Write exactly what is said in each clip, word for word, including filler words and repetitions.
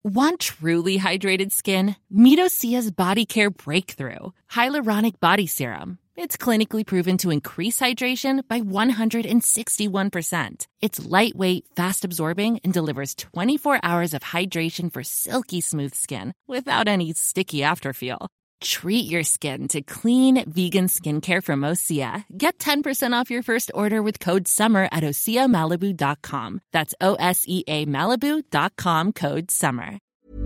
Want truly hydrated skin? Meet Osea's Body Care Breakthrough Hyaluronic Body Serum. It's clinically proven to increase hydration by one hundred sixty-one percent. It's lightweight, fast-absorbing, and delivers twenty-four hours of hydration for silky smooth skin without any sticky afterfeel. Treat your skin to clean, vegan skincare from Osea. Get ten percent off your first order with code SUMMER at osea malibu dot com. That's O S E A Malibu dot com, code SUMMER.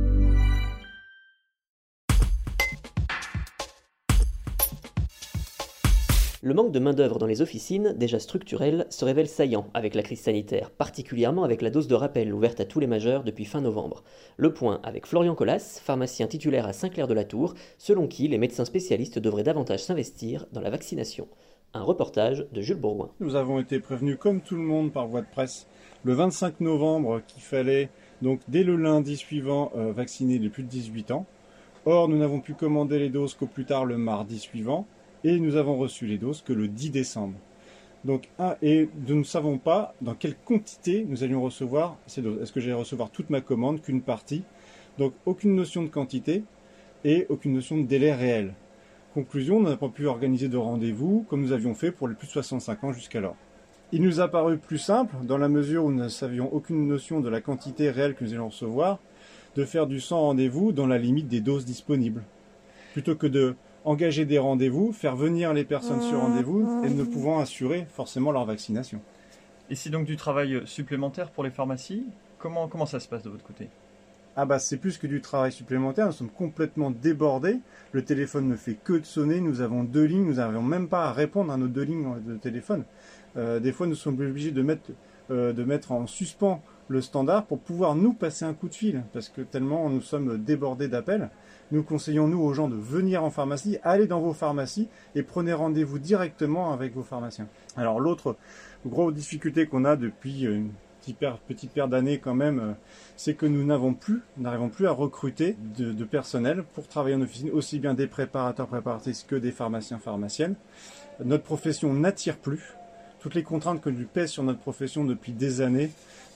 Le manque de main-d'œuvre dans les officines, déjà structurel, se révèle saillant avec la crise sanitaire, particulièrement avec la dose de rappel ouverte à tous les majeurs depuis fin novembre. Le point avec Florian Collas, pharmacien titulaire à Saint-Clair-de-la-Tour, selon qui les médecins spécialistes devraient davantage s'investir dans la vaccination. Un reportage de Jules Bourgoin. Nous avons été prévenus comme tout le monde par voie de presse le vingt-cinq novembre qu'il fallait donc dès le lundi suivant euh, vacciner les plus de dix-huit ans. Or, nous n'avons pu commander les doses qu'au plus tard le mardi suivant. Et nous avons reçu les doses que le dix décembre. Donc, un, et nous ne savons pas dans quelle quantité nous allions recevoir ces doses. Est-ce que j'allais recevoir toute ma commande, qu'une partie? Donc, aucune notion de quantité et aucune notion de délai réel. Conclusion, nous n'avons pas pu organiser de rendez-vous comme nous avions fait pour les plus de soixante-cinq ans jusqu'alors. Il nous a paru plus simple, dans la mesure où nous ne savions aucune notion de la quantité réelle que nous allions recevoir, de faire du sans rendez-vous dans la limite des doses disponibles. Plutôt que de engager des rendez-vous, faire venir les personnes sur rendez-vous et ne pouvant assurer forcément leur vaccination. Et c'est donc du travail supplémentaire pour les pharmacies ? Comment, comment ça se passe de votre côté ? Ah bah c'est plus que du travail supplémentaire, nous sommes complètement débordés, le téléphone ne fait que de sonner, nous avons deux lignes, nous n'avons même pas à répondre à nos deux lignes de téléphone. Euh, des fois nous sommes obligés de mettre, euh, de mettre en suspens le standard pour pouvoir nous passer un coup de fil, parce que tellement nous sommes débordés d'appels. Nous conseillons nous aux gens de venir en pharmacie, allez dans vos pharmacies et prenez rendez-vous directement avec vos pharmaciens. Alors l'autre grosse difficulté qu'on a depuis une petite paire, petite paire d'années quand même, c'est que nous n'avons plus, n'arrivons plus à recruter de, de personnel pour travailler en officine, aussi bien des préparateurs, préparatrices que des pharmaciens, pharmaciennes. Notre profession n'attire plus. Toutes les contraintes que nous pèsent sur notre profession depuis des années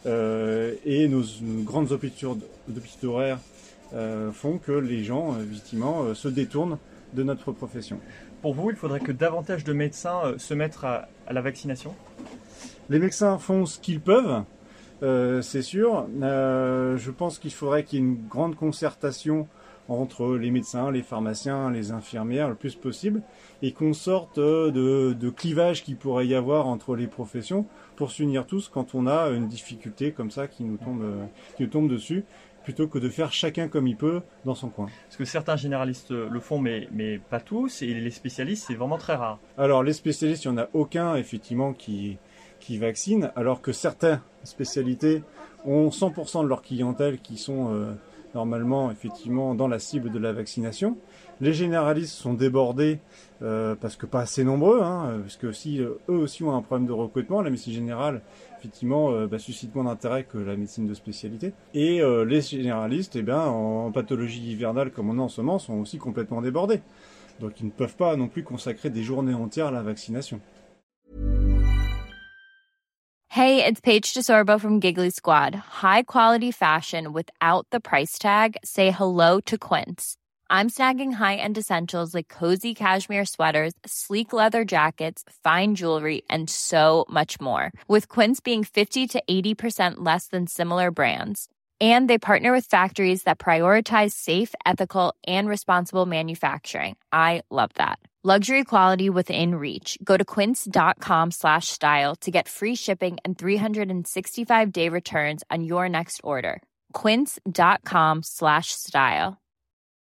euh, et nos, nos grandes hôpitaux horaires Euh, font que les gens, effectivement, euh, se détournent de notre profession. Pour vous, il faudrait que davantage de médecins euh, se mettent à, à la vaccination ? Les médecins font ce qu'ils peuvent, euh, c'est sûr. Euh, je pense qu'il faudrait qu'il y ait une grande concertation entre les médecins, les pharmaciens, les infirmières, le plus possible, et qu'on sorte de, de clivage qu'il pourrait y avoir entre les professions pour s'unir tous quand on a une difficulté comme ça qui nous tombe, qui nous tombe dessus, plutôt que de faire chacun comme il peut dans son coin. Parce que certains généralistes le font, mais, mais pas tous, et les spécialistes, c'est vraiment très rare. Alors, les spécialistes, il n'y en a aucun, effectivement, qui, qui vaccine, alors que certaines spécialités ont cent pour cent de leur clientèle qui sont euh, normalement, effectivement, dans la cible de la vaccination. Les généralistes sont débordés euh, parce que pas assez nombreux, hein, parce que aussi, euh, eux aussi ont un problème de recrutement. La médecine générale, effectivement, euh, bah, suscite moins d'intérêt que la médecine de spécialité. Et euh, les généralistes, eh bien, en, en pathologie hivernale comme on a en ce moment, sont aussi complètement débordés. Donc ils ne peuvent pas non plus consacrer des journées entières à la vaccination. Hey, it's Paige DeSorbo from Giggly Squad. High quality fashion without the price tag. Say hello to Quince. I'm snagging high-end essentials like cozy cashmere sweaters, sleek leather jackets, fine jewelry, and so much more. With Quince being fifty to eighty percent less than similar brands. And they partner with factories that prioritize safe, ethical, and responsible manufacturing. I love that. Luxury quality within reach. Go to quince.com slash style to get free shipping and three sixty-five day returns on your next order. Quince.com slash style.